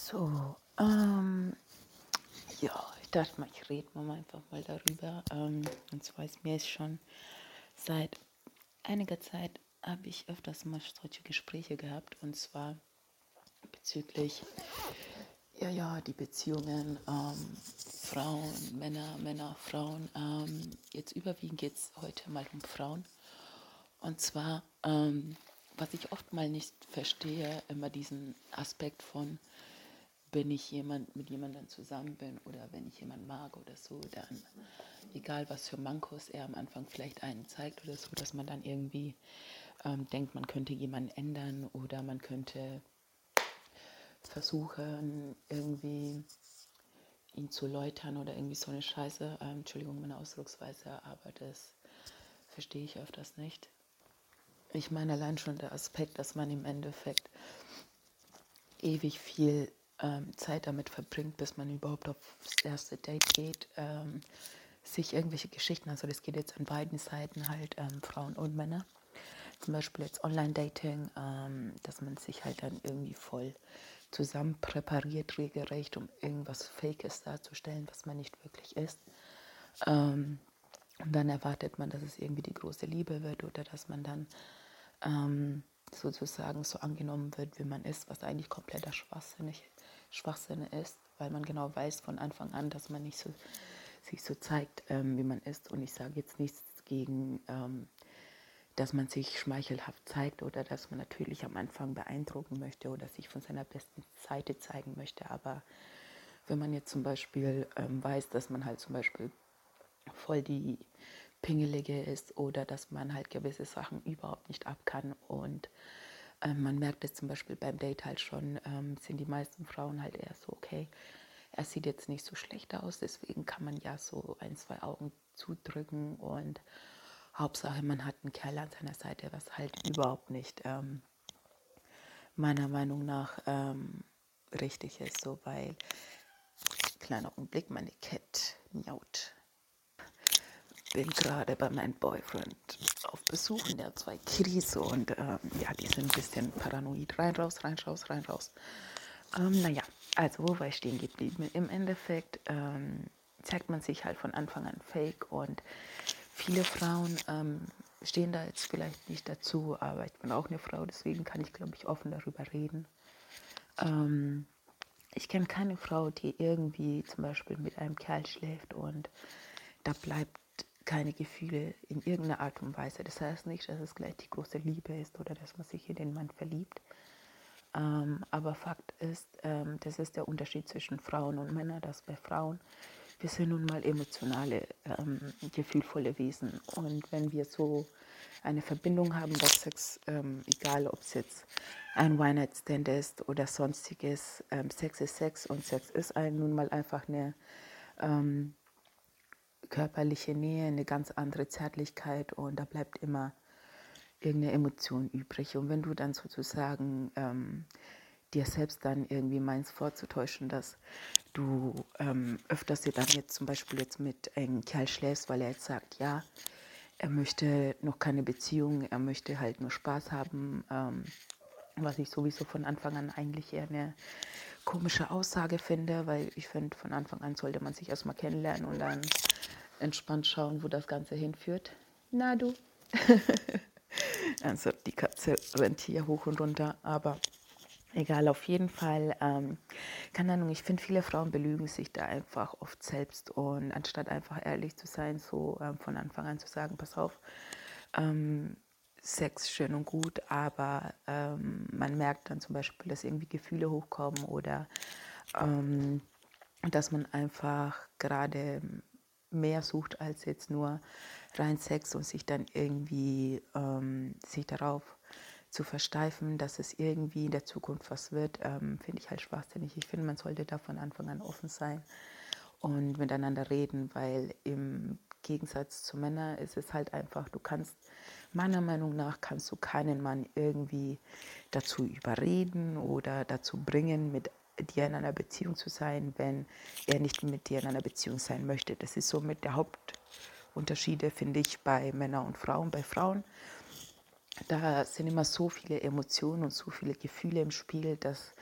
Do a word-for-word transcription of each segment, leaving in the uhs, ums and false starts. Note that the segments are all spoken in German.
So, ähm, ja, ich dachte mal, ich rede mal einfach mal darüber. Ähm, und zwar ist mir jetzt schon seit einiger Zeit habe ich öfters mal solche Gespräche gehabt, und zwar bezüglich, ja, ja, die Beziehungen, ähm, Frauen, Männer, Männer, Frauen. Ähm, jetzt überwiegend geht es heute mal um Frauen. Und zwar, ähm, was ich oft mal nicht verstehe, immer diesen Aspekt von, wenn ich jemand mit jemandem zusammen bin oder wenn ich jemanden mag oder so, dann egal was für Mankos er am Anfang vielleicht einen zeigt oder so, dass man dann irgendwie ähm, denkt, man könnte jemanden ändern oder man könnte versuchen, irgendwie ihn zu läutern oder irgendwie so eine Scheiße. Ähm, Entschuldigung, meine Ausdrucksweise, aber das verstehe ich öfters nicht. Ich meine allein schon der Aspekt, dass man im Endeffekt ewig viel ähm, Zeit damit verbringt, bis man überhaupt aufs erste Date geht, ähm, sich irgendwelche Geschichten, also das geht jetzt an beiden Seiten halt, ähm, Frauen und Männer, zum Beispiel jetzt Online-Dating, ähm, dass man sich halt dann irgendwie voll zusammen präpariert, regelrecht, um irgendwas Fakes darzustellen, was man nicht wirklich ist. Ähm, und dann erwartet man, dass es irgendwie die große Liebe wird oder dass man dann ähm, sozusagen so angenommen wird, wie man ist, was eigentlich kompletter Schwachsinn, Schwachsinn ist, weil man genau weiß von Anfang an, dass man nicht so, sich so zeigt, ähm, wie man ist. Und ich sage jetzt nichts gegen, ähm, dass man sich schmeichelhaft zeigt oder dass man natürlich am Anfang beeindrucken möchte oder sich von seiner besten Seite zeigen möchte. Aber wenn man jetzt zum Beispiel ähm, weiß, dass man halt zum Beispiel voll die Pingelige ist oder dass man halt gewisse Sachen überhaupt nicht ab kann und ähm, man merkt es zum Beispiel beim Date halt schon, ähm, sind die meisten Frauen halt eher so, okay, er sieht jetzt nicht so schlecht aus, deswegen kann man ja so ein, zwei Augen zudrücken und Hauptsache man hat einen Kerl an seiner Seite, was halt überhaupt nicht ähm, meiner Meinung nach ähm, richtig ist, so, weil, kleiner Augenblick, meine Cat miaut. Bin gerade bei meinem Boyfriend auf Besuch und der hat zwei Kitties und ähm, ja, die sind ein bisschen paranoid. Rein, raus, rein, raus, rein, raus. Ähm, naja, also wo war ich stehen geblieben? Im Endeffekt ähm, zeigt man sich halt von Anfang an fake und viele Frauen ähm, stehen da jetzt vielleicht nicht dazu, aber ich bin auch eine Frau, deswegen kann ich, glaube ich, offen darüber reden. Ähm, ich kenne keine Frau, die irgendwie zum Beispiel mit einem Kerl schläft und da bleibt keine Gefühle in irgendeiner Art und Weise. Das heißt nicht, dass es gleich die große Liebe ist oder dass man sich in den Mann verliebt. Ähm, aber Fakt ist, ähm, das ist der Unterschied zwischen Frauen und Männern, dass bei Frauen, wir sind nun mal emotionale, ähm, gefühlvolle Wesen. Und wenn wir so eine Verbindung haben, was Sex, ähm, egal ob es jetzt ein One-Night-Stand ist oder sonstiges, ähm, Sex ist Sex und Sex ist ein, nun mal einfach eine ähm, körperliche Nähe, eine ganz andere Zärtlichkeit und da bleibt immer irgendeine Emotion übrig. Und wenn du dann sozusagen ähm, dir selbst dann irgendwie meinst vorzutäuschen, dass du ähm, öfters dir dann jetzt zum Beispiel jetzt mit einem Kerl schläfst, weil er jetzt sagt, ja, er möchte noch keine Beziehung, er möchte halt nur Spaß haben, ähm, was ich sowieso von Anfang an eigentlich eher eine komische Aussage finde, weil ich finde, von Anfang an sollte man sich erstmal kennenlernen und dann entspannt schauen, wo das Ganze hinführt. Na du. Also die Katze rennt hier hoch und runter, aber egal, auf jeden Fall, ähm, keine Ahnung, ich finde, viele Frauen belügen sich da einfach oft selbst und anstatt einfach ehrlich zu sein, so ähm, von Anfang an zu sagen, pass auf, ähm, Sex schön und gut, aber ähm, man merkt dann zum Beispiel, dass irgendwie Gefühle hochkommen oder ähm, dass man einfach gerade mehr sucht als jetzt nur rein Sex und sich dann irgendwie ähm, sich darauf zu versteifen, dass es irgendwie in der Zukunft was wird, ähm, finde ich halt schwachsinnig. Ich finde, man sollte da von Anfang an offen sein und miteinander reden, weil im Gegensatz zu Männern ist es halt einfach, du kannst, meiner Meinung nach, kannst du keinen Mann irgendwie dazu überreden oder dazu bringen, mit dir in einer Beziehung zu sein, wenn er nicht mit dir in einer Beziehung sein möchte. Das ist somit der Hauptunterschiede, finde ich, bei Männern und Frauen. Bei Frauen, da sind immer so viele Emotionen und so viele Gefühle im Spiel, dass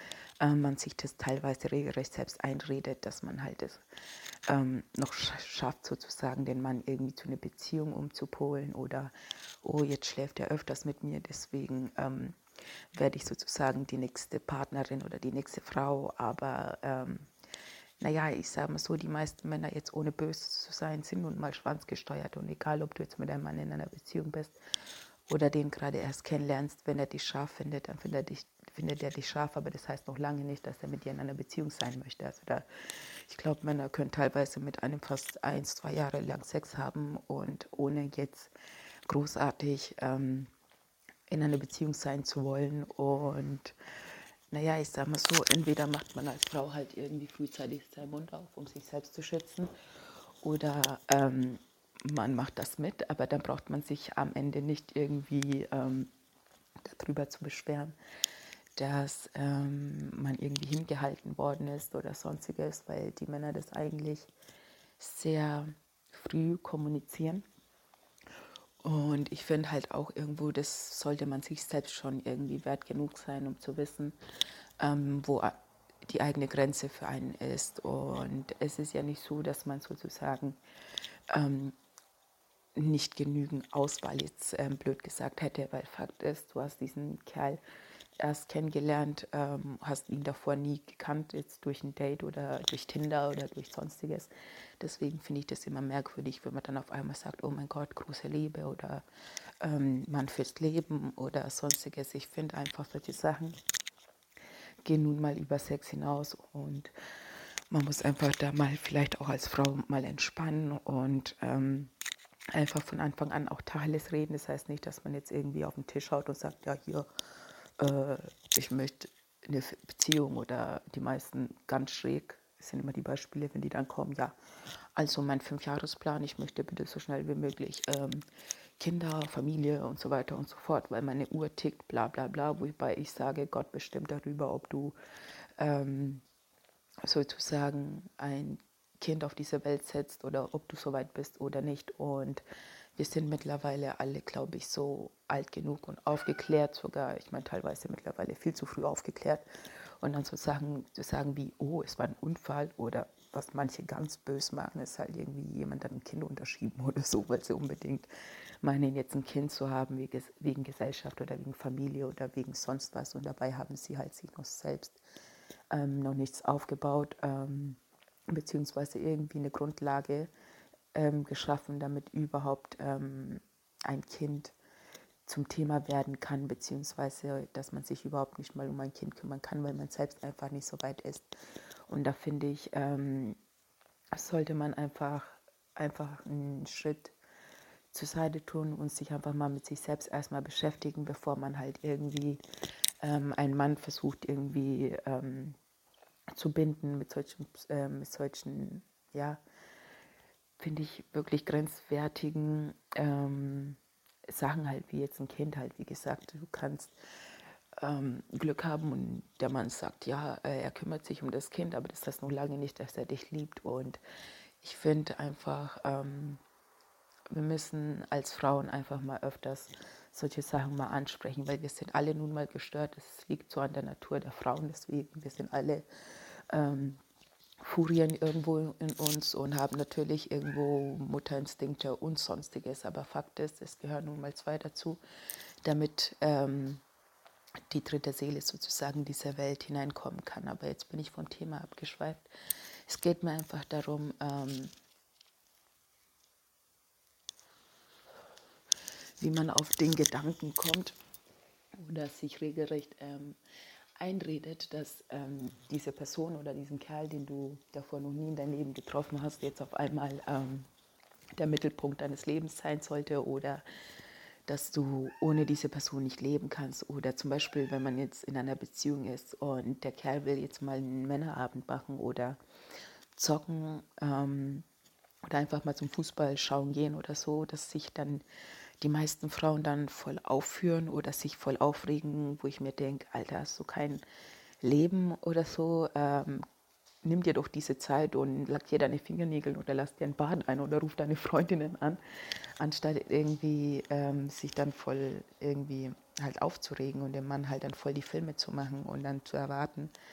ähm, man sich das teilweise regelrecht selbst einredet, dass man halt es ähm, noch sch- schafft, sozusagen den Mann irgendwie zu einer Beziehung umzupolen oder, oh, jetzt schläft er öfters mit mir, deswegen ähm, werde ich sozusagen die nächste Partnerin oder die nächste Frau, aber ähm, naja, ich sage mal so, die meisten Männer jetzt ohne böse zu sein, sind nun mal schwanzgesteuert und egal, ob du jetzt mit einem Mann in einer Beziehung bist oder den gerade erst kennenlernst, wenn er dich scharf findet, dann findet er dich, findet er dich scharf, aber das heißt noch lange nicht, dass er mit dir in einer Beziehung sein möchte. Also da, ich glaube, Männer können teilweise mit einem fast eins, zwei Jahre lang Sex haben und ohne jetzt großartig ähm, in einer Beziehung sein zu wollen. Und naja, ich sag mal so, entweder macht man als Frau halt irgendwie frühzeitig seinen Mund auf, um sich selbst zu schützen, oder ähm, man macht das mit, aber dann braucht man sich am Ende nicht irgendwie ähm, darüber zu beschweren, dass ähm, man irgendwie hingehalten worden ist oder sonstiges, weil die Männer das eigentlich sehr früh kommunizieren. Und ich finde halt auch irgendwo, das sollte man sich selbst schon irgendwie wert genug sein, um zu wissen, ähm, wo die eigene Grenze für einen ist. Und es ist ja nicht so, dass man sozusagen ähm, nicht genügend Auswahl jetzt ähm, blöd gesagt hätte, weil Fakt ist, du hast diesen Kerl erst kennengelernt, ähm, hast ihn davor nie gekannt, jetzt durch ein Date oder durch Tinder oder durch sonstiges. Deswegen finde ich das immer merkwürdig, wenn man dann auf einmal sagt, oh mein Gott, große Liebe oder ähm, Mann fürs Leben oder sonstiges. Ich finde einfach, solche Sachen gehen nun mal über Sex hinaus und man muss einfach da mal vielleicht auch als Frau mal entspannen und ähm, einfach von Anfang an auch Tacheles reden. Das heißt nicht, dass man jetzt irgendwie auf den Tisch haut und sagt, ja hier, äh, ich möchte eine Beziehung oder die meisten ganz schräg. Das sind immer die Beispiele, wenn die dann kommen, ja, also mein Fünfjahresplan, ich möchte bitte so schnell wie möglich ähm, Kinder, Familie und so weiter und so fort, weil meine Uhr tickt, bla bla bla, wobei ich sage, Gott bestimmt darüber, ob du ähm, sozusagen ein Kind auf diese Welt setzt oder ob du so weit bist oder nicht. Und wir sind mittlerweile alle, glaube ich, so alt genug und aufgeklärt, sogar, ich meine teilweise mittlerweile viel zu früh aufgeklärt. Und dann sozusagen zu sagen wie, oh, es war ein Unfall oder was manche ganz bös machen, ist halt irgendwie jemand dann ein Kind unterschieben oder so, weil sie unbedingt meinen, jetzt ein Kind zu haben wegen Gesellschaft oder wegen Familie oder wegen sonst was. Und dabei haben sie halt sich noch selbst ähm, noch nichts aufgebaut, ähm, beziehungsweise irgendwie eine Grundlage ähm, geschaffen, damit überhaupt ähm, ein Kind zum Thema werden kann, beziehungsweise dass man sich überhaupt nicht mal um ein Kind kümmern kann, weil man selbst einfach nicht so weit ist. Und da finde ich, ähm, sollte man einfach, einfach einen Schritt zur Seite tun und sich einfach mal mit sich selbst erstmal beschäftigen, bevor man halt irgendwie ähm, einen Mann versucht, irgendwie ähm, zu binden mit solchen, äh, mit solchen, ja, finde ich wirklich grenzwertigen ähm, Sachen halt, wie jetzt ein Kind halt, wie gesagt, du kannst ähm, Glück haben und der Mann sagt, ja, äh, er kümmert sich um das Kind, aber das heißt noch lange nicht, dass er dich liebt. Und ich finde einfach, ähm, wir müssen als Frauen einfach mal öfters solche Sachen mal ansprechen, weil wir sind alle nun mal gestört. Es liegt so an der Natur der Frauen, deswegen, wir sind alle ähm, Furien irgendwo in uns und haben natürlich irgendwo Mutterinstinkte und sonstiges. Aber Fakt ist, es gehören nun mal zwei dazu, damit ähm, die dritte Seele sozusagen in diese Welt hineinkommen kann. Aber jetzt bin ich vom Thema abgeschweift. Es geht mir einfach darum, ähm, wie man auf den Gedanken kommt oder sich regelrecht ähm, einredet, dass ähm, diese Person oder diesen Kerl, den du davor noch nie in deinem Leben getroffen hast, jetzt auf einmal ähm, der Mittelpunkt deines Lebens sein sollte oder dass du ohne diese Person nicht leben kannst. Oder zum Beispiel, wenn man jetzt in einer Beziehung ist und der Kerl will jetzt mal einen Männerabend machen oder zocken ähm, oder einfach mal zum Fußball schauen gehen oder so, dass sich dann die meisten Frauen dann voll aufführen oder sich voll aufregen, wo ich mir denke, Alter, hast du kein Leben oder so, ähm, nimm dir doch diese Zeit und lackier deine Fingernägel oder lass dir ein Bad ein oder ruf deine Freundinnen an, anstatt irgendwie ähm, sich dann voll irgendwie halt aufzuregen und dem Mann halt dann voll die Filme zu machen und dann zu erwarten,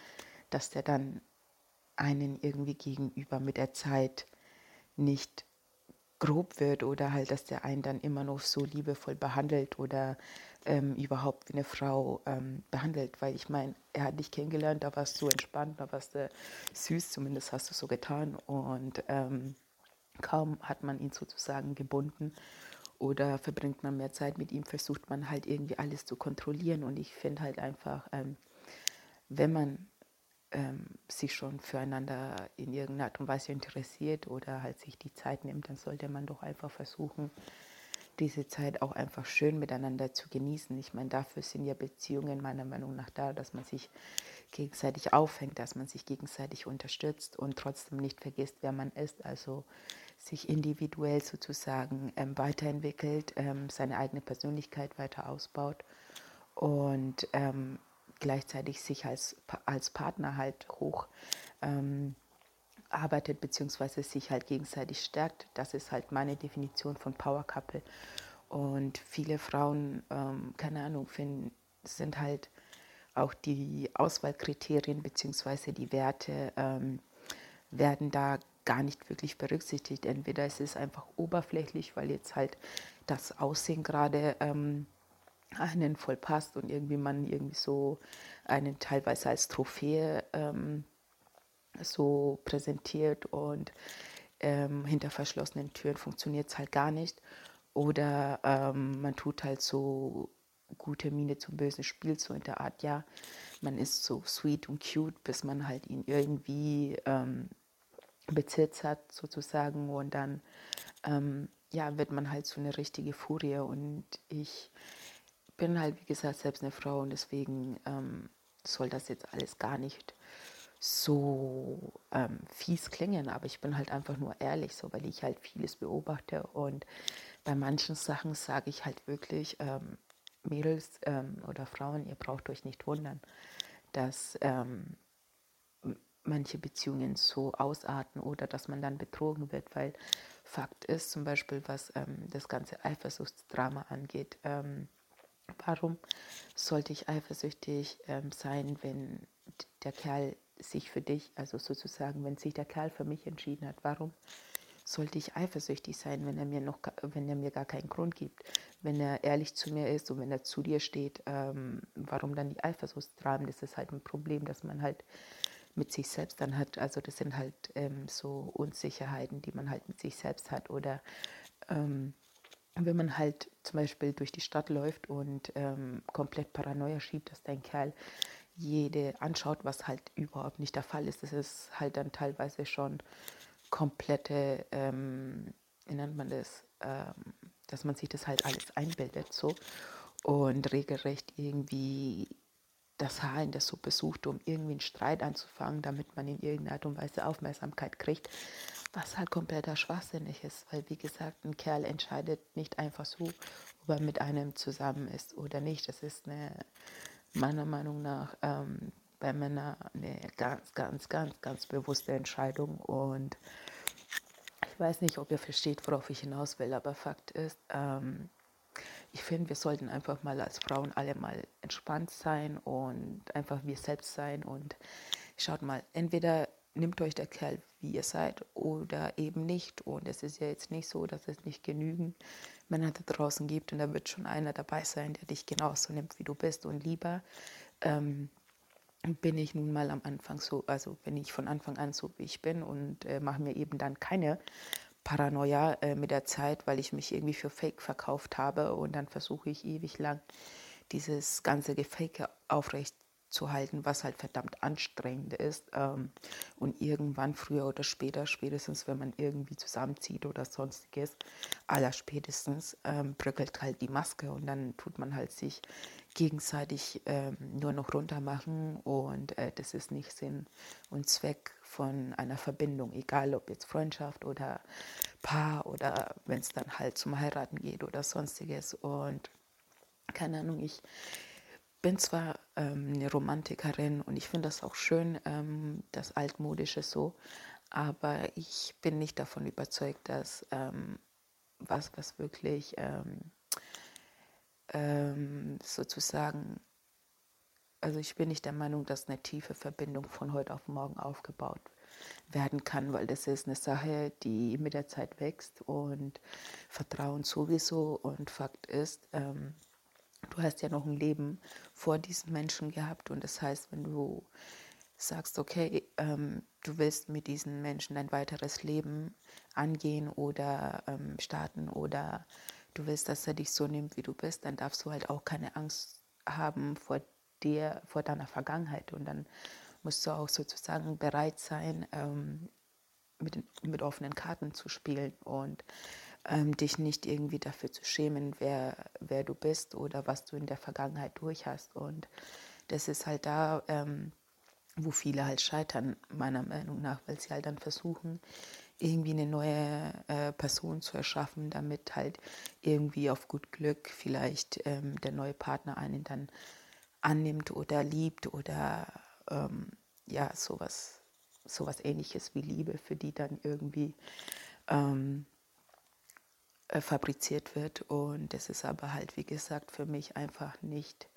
dass der dann einen irgendwie gegenüber mit der Zeit nicht grob wird oder halt, dass der einen dann immer noch so liebevoll behandelt oder ähm, überhaupt wie eine Frau ähm, behandelt. Weil ich meine, er hat dich kennengelernt, da warst du entspannt, da warst du süß, zumindest hast du so getan. Und ähm, kaum hat man ihn sozusagen gebunden oder verbringt man mehr Zeit mit ihm, versucht man halt irgendwie alles zu kontrollieren. Und ich finde halt einfach, ähm, wenn man ähm, sich schon füreinander in irgendeiner Art und Weise interessiert oder halt sich die Zeit nimmt, dann sollte man doch einfach versuchen, diese Zeit auch einfach schön miteinander zu genießen. Ich meine, dafür sind ja Beziehungen meiner Meinung nach da, dass man sich gegenseitig aufhängt, dass man sich gegenseitig unterstützt und trotzdem nicht vergisst, wer man ist. Also sich individuell sozusagen ähm, weiterentwickelt, ähm, seine eigene Persönlichkeit weiter ausbaut und ähm, gleichzeitig sich als, als Partner halt hoch ähm, arbeitet beziehungsweise sich halt gegenseitig stärkt. Das ist halt meine Definition von Power Couple. Und viele Frauen, ähm, keine Ahnung, finden, sind halt auch die Auswahlkriterien beziehungsweise die Werte ähm, werden da gar nicht wirklich berücksichtigt. Entweder es ist einfach oberflächlich, weil jetzt halt das Aussehen gerade ähm, einen voll passt und irgendwie man irgendwie so einen teilweise als Trophäe ähm, so präsentiert und ähm, hinter verschlossenen Türen funktioniert es halt gar nicht. Oder ähm, man tut halt so gute Miene zum bösen Spiel, so in der Art, ja, man ist so sweet und cute, bis man halt ihn irgendwie ähm, bezirzt hat sozusagen und dann ähm, ja, wird man halt so eine richtige Furie und ich bin halt, wie gesagt, selbst eine Frau und deswegen ähm, soll das jetzt alles gar nicht so ähm, fies klingen, aber ich bin halt einfach nur ehrlich, so, weil ich halt vieles beobachte und bei manchen Sachen sage ich halt wirklich, ähm, Mädels ähm, oder Frauen, ihr braucht euch nicht wundern, dass ähm, manche Beziehungen so ausarten oder dass man dann betrogen wird, weil Fakt ist zum Beispiel, was ähm, das ganze Eifersuchtsdrama angeht, ähm, warum sollte ich eifersüchtig ähm, sein, wenn der Kerl sich für dich, also sozusagen, wenn sich der Kerl für mich entschieden hat, warum sollte ich eifersüchtig sein, wenn er mir noch, wenn er mir gar keinen Grund gibt, wenn er ehrlich zu mir ist und wenn er zu dir steht, ähm, warum dann die Eifersuchtsdramen? Das ist halt ein Problem, dass man halt mit sich selbst dann hat. Also das sind halt ähm, so Unsicherheiten, die man halt mit sich selbst hat oder ähm, wenn man halt zum Beispiel durch die Stadt läuft und ähm, komplett Paranoia schiebt, dass dein Kerl jede anschaut, was halt überhaupt nicht der Fall ist. Das ist halt dann teilweise schon komplette, ähm, wie nennt man das, ähm, dass man sich das halt alles einbildet so und regelrecht irgendwie das Haar in der Suppe sucht, um irgendwie einen Streit anzufangen, damit man in irgendeiner Art und Weise Aufmerksamkeit kriegt, was halt kompletter Schwachsinnig ist, weil wie gesagt, ein Kerl entscheidet nicht einfach so, ob er mit einem zusammen ist oder nicht. Das ist eine, meiner Meinung nach, ähm, bei Männern eine ganz, ganz, ganz, ganz bewusste Entscheidung und ich weiß nicht, ob ihr versteht, worauf ich hinaus will, aber Fakt ist, ähm, ich finde, wir sollten einfach mal als Frauen alle mal entspannt sein und einfach wir selbst sein und schaut mal, entweder nimmt euch der Kerl, wie ihr seid, oder eben nicht. Und es ist ja jetzt nicht so, dass es nicht genügend Männer da draußen gibt und da wird schon einer dabei sein, der dich genauso nimmt, wie du bist. Und lieber ähm, bin ich nun mal am Anfang so, also bin ich von Anfang an so, wie ich bin und äh, mache mir eben dann keine Paranoia äh, mit der Zeit, weil ich mich irgendwie für Fake verkauft habe und dann versuche ich ewig lang dieses ganze Gefake aufrecht zu halten, was halt verdammt anstrengend ist. Ähm, und irgendwann, früher oder später, spätestens wenn man irgendwie zusammenzieht oder sonstiges, allerspätestens ähm, bröckelt halt die Maske und dann tut man halt sich gegenseitig ähm, nur noch runtermachen und äh, das ist nicht Sinn und Zweck von einer Verbindung, egal ob jetzt Freundschaft oder Paar oder wenn es dann halt zum Heiraten geht oder sonstiges und keine Ahnung, ich bin zwar ähm, eine Romantikerin und ich finde das auch schön, ähm, das Altmodische so, aber ich bin nicht davon überzeugt, dass ähm, was, was wirklich ähm, ähm, sozusagen also ich bin nicht der Meinung, dass eine tiefe Verbindung von heute auf morgen aufgebaut werden kann, weil das ist eine Sache, die mit der Zeit wächst und Vertrauen sowieso. Und Fakt ist, ähm, du hast ja noch ein Leben vor diesem Menschen gehabt und das heißt, wenn du sagst, okay, ähm, du willst mit diesen Menschen ein weiteres Leben angehen oder ähm, starten oder du willst, dass er dich so nimmt, wie du bist, dann darfst du halt auch keine Angst haben vor dir, vor deiner Vergangenheit und dann musst du auch sozusagen bereit sein, ähm, mit, mit offenen Karten zu spielen und ähm, dich nicht irgendwie dafür zu schämen, wer, wer du bist oder was du in der Vergangenheit durch hast. Und das ist halt da, ähm, wo viele halt scheitern, meiner Meinung nach, weil sie halt dann versuchen, irgendwie eine neue äh, Person zu erschaffen, damit halt irgendwie auf gut Glück vielleicht ähm, der neue Partner einen dann annimmt oder liebt oder ähm, ja, sowas, sowas ähnliches wie Liebe, für die dann irgendwie ähm, äh, fabriziert wird. Und das ist aber halt, wie gesagt, für mich einfach nicht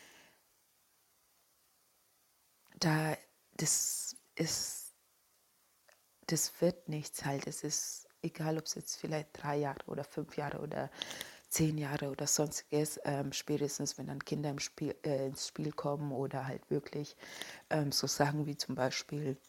da, das ist, das wird nichts halt. Es ist egal, ob es jetzt vielleicht drei Jahre oder fünf Jahre oder zehn Jahre oder sonstiges, ähm, spätestens wenn dann Kinder im Spiel, äh, ins Spiel kommen oder halt wirklich ähm, so Sachen wie zum Beispiel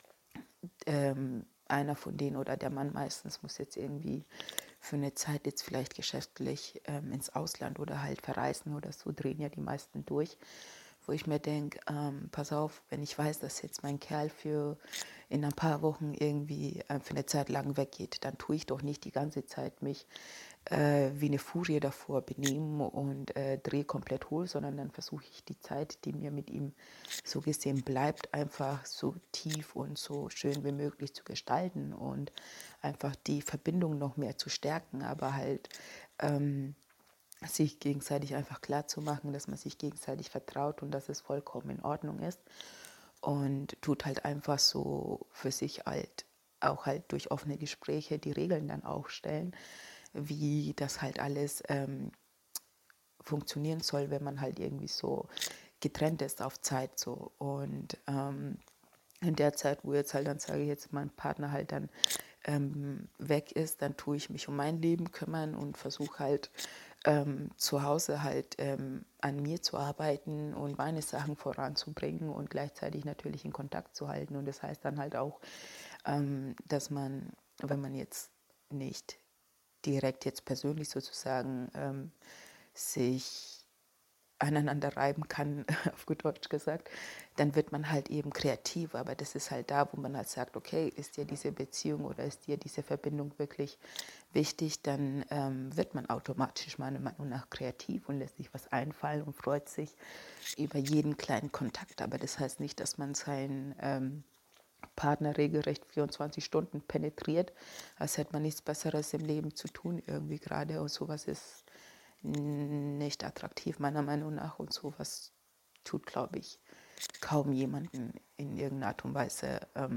ähm, einer von denen oder der Mann meistens muss jetzt irgendwie für eine Zeit jetzt vielleicht geschäftlich ähm, ins Ausland oder halt verreisen oder so, drehen ja die meisten durch, wo ich mir denke, ähm, pass auf, wenn ich weiß, dass jetzt mein Kerl für in ein paar Wochen irgendwie äh, für eine Zeit lang weggeht, dann tue ich doch nicht die ganze Zeit mich äh, wie eine Furie davor benehmen und äh, drehe komplett hohl, sondern dann versuche ich die Zeit, die mir mit ihm so gesehen bleibt, einfach so tief und so schön wie möglich zu gestalten und einfach die Verbindung noch mehr zu stärken, aber halt ähm, sich gegenseitig einfach klar zu machen, dass man sich gegenseitig vertraut und dass es vollkommen in Ordnung ist und tut halt einfach so für sich halt auch halt durch offene Gespräche die Regeln dann aufstellen, wie das halt alles ähm, funktionieren soll, wenn man halt irgendwie so getrennt ist auf Zeit so. Und ähm, in der Zeit, wo jetzt halt dann sage ich jetzt mein Partner halt dann ähm, weg ist, dann tue ich mich um mein Leben kümmern und versuche halt ähm, zu Hause halt ähm, an mir zu arbeiten und meine Sachen voranzubringen und gleichzeitig natürlich in Kontakt zu halten. Und das heißt dann halt auch, ähm, dass man, wenn man jetzt nicht direkt jetzt persönlich sozusagen ähm, sich aneinander reiben kann, auf gut Deutsch gesagt, dann wird man halt eben kreativ. Aber das ist halt da, wo man halt sagt, okay, ist dir diese Beziehung oder ist dir diese Verbindung wirklich wichtig, dann ähm, wird man automatisch meiner Meinung nach kreativ und lässt sich was einfallen und freut sich über jeden kleinen Kontakt. Aber das heißt nicht, dass man seinen ähm, Partner regelrecht vierundzwanzig Stunden penetriert, als hätte man nichts Besseres im Leben zu tun irgendwie gerade. Und sowas ist nicht attraktiv meiner Meinung nach und sowas tut, glaube ich, kaum jemanden in irgendeiner Art und Weise ähm,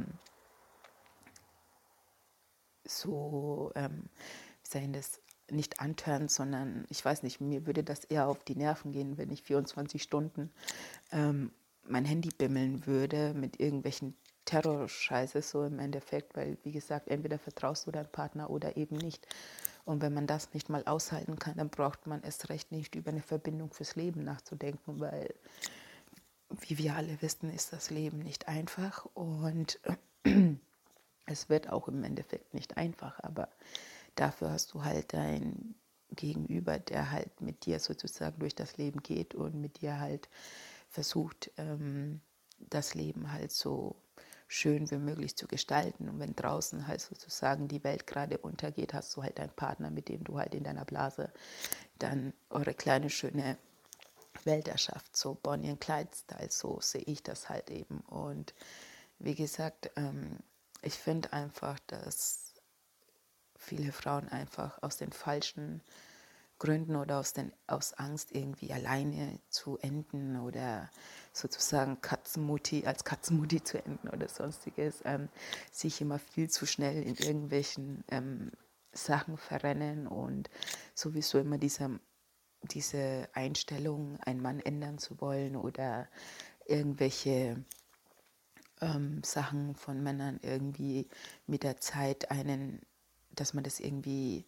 so, ähm, wie sagen das, nicht antören, sondern ich weiß nicht, mir würde das eher auf die Nerven gehen, wenn ich vierundzwanzig Stunden ähm, mein Handy bimmeln würde mit irgendwelchen Terrorscheiße so im Endeffekt, weil wie gesagt, entweder vertraust du deinem Partner oder eben nicht. Und wenn man das nicht mal aushalten kann, dann braucht man erst recht nicht über eine Verbindung fürs Leben nachzudenken, weil wie wir alle wissen, ist das Leben nicht einfach und es wird auch im Endeffekt nicht einfach, aber dafür hast du halt dein Gegenüber, der halt mit dir sozusagen durch das Leben geht und mit dir halt versucht, ähm, das Leben halt so schön wie möglich zu gestalten. Und wenn draußen halt sozusagen die Welt gerade untergeht, hast du halt einen Partner, mit dem du halt in deiner Blase dann eure kleine schöne Welt erschafft, so Bonnie and Clyde-Style, so sehe ich das halt eben. Und wie gesagt, ähm, ich finde einfach, dass viele Frauen einfach aus den falschen Gründen oder aus, den, aus Angst irgendwie alleine zu enden oder sozusagen Katzenmutti als Katzenmutti zu enden oder sonstiges, ähm, sich immer viel zu schnell in irgendwelchen ähm, Sachen verrennen und sowieso immer dieser diese Einstellung, einen Mann ändern zu wollen oder irgendwelche ähm, Sachen von Männern irgendwie mit der Zeit einen, dass man das irgendwie,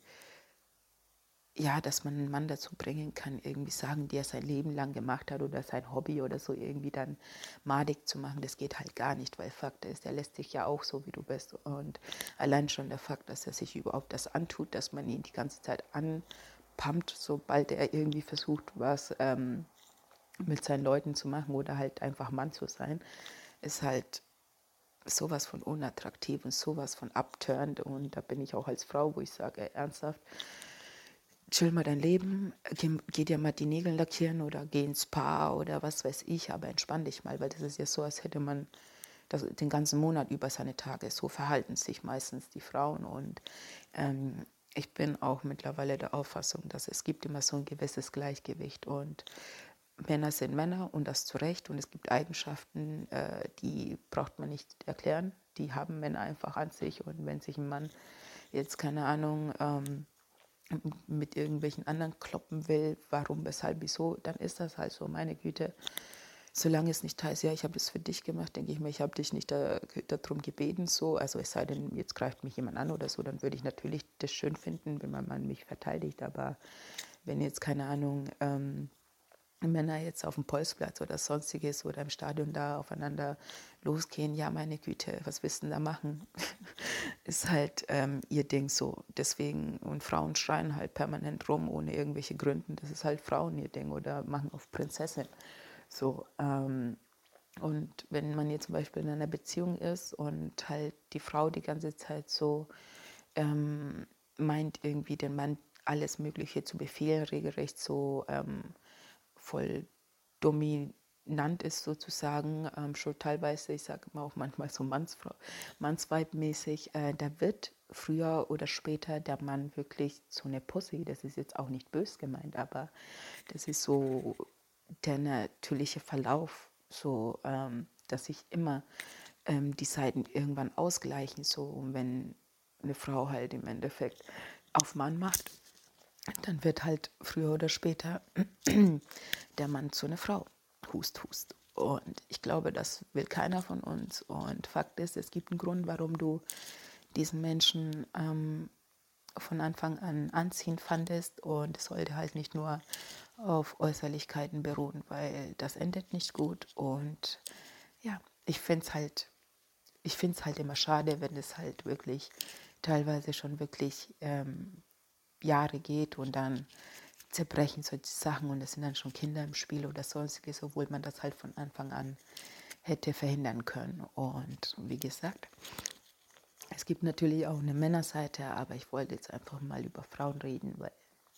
ja, dass man einen Mann dazu bringen kann, irgendwie Sachen, die er sein Leben lang gemacht hat oder sein Hobby oder so irgendwie dann madig zu machen, das geht halt gar nicht, weil Fakt ist, er lässt dich ja auch so, wie du bist. Und allein schon der Fakt, dass er sich überhaupt das antut, dass man ihn die ganze Zeit anpumpt, sobald er irgendwie versucht, was ähm, mit seinen Leuten zu machen oder halt einfach Mann zu sein, ist halt sowas von unattraktiv und sowas von abturnt. Und da bin ich auch als Frau, wo ich sage, ernsthaft, chill mal dein Leben, geh, geh dir mal die Nägel lackieren oder geh ins Spa oder was weiß ich, aber entspann dich mal, weil das ist ja so, als hätte man das, den ganzen Monat über seine Tage. So verhalten sich meistens die Frauen. Und ähm, ich bin auch mittlerweile der Auffassung, dass es gibt immer so ein gewisses Gleichgewicht und Männer sind Männer und das zu Recht. Und es gibt Eigenschaften, äh, die braucht man nicht erklären. Die haben Männer einfach an sich. Und wenn sich ein Mann jetzt, keine Ahnung, ähm, mit irgendwelchen anderen kloppen will, warum, weshalb, wieso, dann ist das halt so, meine Güte. Solange es nicht heißt, ja, ich habe das für dich gemacht, denke ich mir, ich habe dich nicht da, darum gebeten, so, also es sei denn, jetzt greift mich jemand an oder so, dann würde ich natürlich das schön finden, wenn mein Mann mich verteidigt, aber wenn jetzt, keine Ahnung, ähm, Männer jetzt auf dem Bolzplatz oder sonstiges oder im Stadion da aufeinander losgehen, ja, meine Güte, was willst du denn da machen? Ist halt ähm, ihr Ding so. Deswegen, und Frauen schreien halt permanent rum, ohne irgendwelche Gründe. Das ist halt Frauen ihr Ding oder machen auf Prinzessin. So, ähm, und wenn man jetzt zum Beispiel in einer Beziehung ist und halt die Frau die ganze Zeit so ähm, meint, irgendwie den Mann alles Mögliche zu befehlen, regelrecht so ähm, voll dominant ist sozusagen, ähm, schon teilweise, ich sage immer auch manchmal so Mannsfrau, Mannsweib-mäßig, äh, da wird früher oder später der Mann wirklich zu einer Pussy. Das ist jetzt auch nicht bös gemeint, aber das ist so der natürliche Verlauf, so ähm, dass sich immer ähm, die Seiten irgendwann ausgleichen. So, und wenn eine Frau halt im Endeffekt auf Mann macht, dann wird halt früher oder später der Mann zu einer Frau. Hust, hust. Und ich glaube, das will keiner von uns. Und Fakt ist, es gibt einen Grund, warum du diesen Menschen ähm, von Anfang an anziehend fandest. Und es sollte halt nicht nur auf Äußerlichkeiten beruhen, weil das endet nicht gut. Und ja, ich finde es halt, ich finde es halt immer schade, wenn es halt wirklich teilweise schon wirklich ähm, Jahre geht und dann zerbrechen solche Sachen und es sind dann schon Kinder im Spiel oder sonstiges, obwohl man das halt von Anfang an hätte verhindern können. Und wie gesagt, es gibt natürlich auch eine Männerseite, aber ich wollte jetzt einfach mal über Frauen reden, weil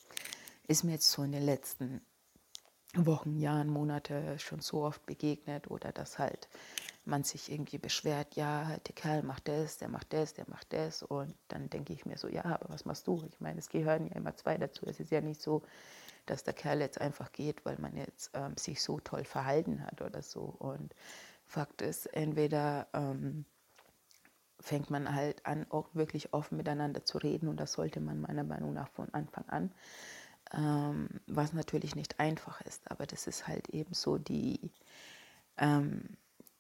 ist mir jetzt so in den letzten Wochen, Jahren, Monate schon so oft begegnet oder dass halt man sich irgendwie beschwert, ja, der Kerl macht das, der macht das, der macht das und dann denke ich mir so, ja, aber was machst du? Ich meine, es gehören ja immer zwei dazu. Es ist ja nicht so, dass der Kerl jetzt einfach geht, weil man jetzt ähm, sich so toll verhalten hat oder so. Und Fakt ist, entweder ähm, fängt man halt an, auch wirklich offen miteinander zu reden und das sollte man meiner Meinung nach von Anfang an, ähm, was natürlich nicht einfach ist, aber das ist halt eben so die, ähm,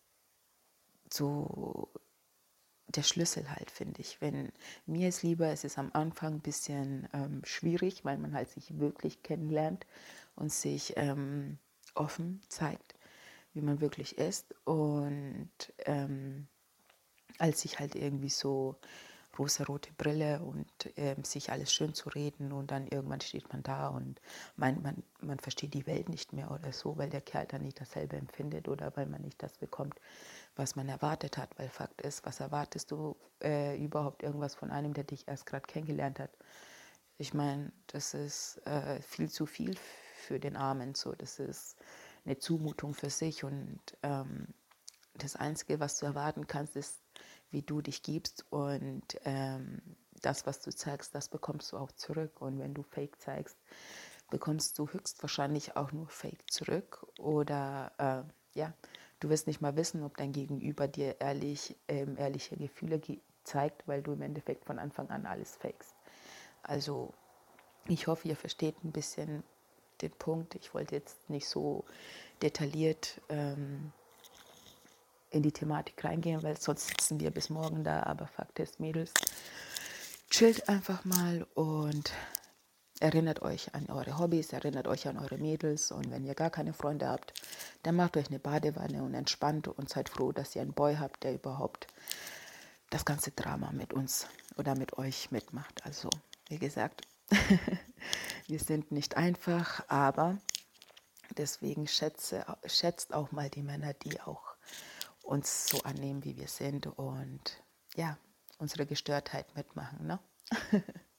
so der Schlüssel halt, finde ich. Wenn mir ist lieber, es ist am Anfang ein bisschen ähm, schwierig, weil man halt sich wirklich kennenlernt und sich ähm, offen zeigt, wie man wirklich ist. Und ähm, als sich halt irgendwie so rosarote Brille und ähm, sich alles schön zu reden und dann irgendwann steht man da und meint, man, man versteht die Welt nicht mehr oder so, weil der Kerl dann nicht dasselbe empfindet oder weil man nicht das bekommt, was man erwartet hat. Weil Fakt ist, was erwartest du äh, überhaupt irgendwas von einem, der dich erst gerade kennengelernt hat? Ich meine, das ist äh, viel zu viel für den Armen. So, das ist eine Zumutung für sich und ähm, das Einzige, was du erwarten kannst, ist, wie du dich gibst und ähm, das, was du zeigst, das bekommst du auch zurück. Und wenn du Fake zeigst, bekommst du höchstwahrscheinlich auch nur Fake zurück. Oder äh, ja, du wirst nicht mal wissen, ob dein Gegenüber dir ehrlich, ähm, ehrliche Gefühle ge zeigt, weil du im Endeffekt von Anfang an alles fakest. Also ich hoffe, ihr versteht ein bisschen den Punkt. Ich wollte jetzt nicht so detailliert ähm, in die Thematik reingehen, weil sonst sitzen wir bis morgen da. Aber Fakt ist, Mädels, chillt einfach mal und erinnert euch an eure Hobbys, erinnert euch an eure Mädels. Und wenn ihr gar keine Freunde habt, dann macht euch eine Badewanne und entspannt und seid froh, dass ihr einen Boy habt, der überhaupt das ganze Drama mit uns oder mit euch mitmacht. Also, wie gesagt, wir sind nicht einfach, aber deswegen schätze, schätzt auch mal die Männer, die auch uns so annehmen, wie wir sind und ja, unsere Gestörtheit mitmachen. Ne?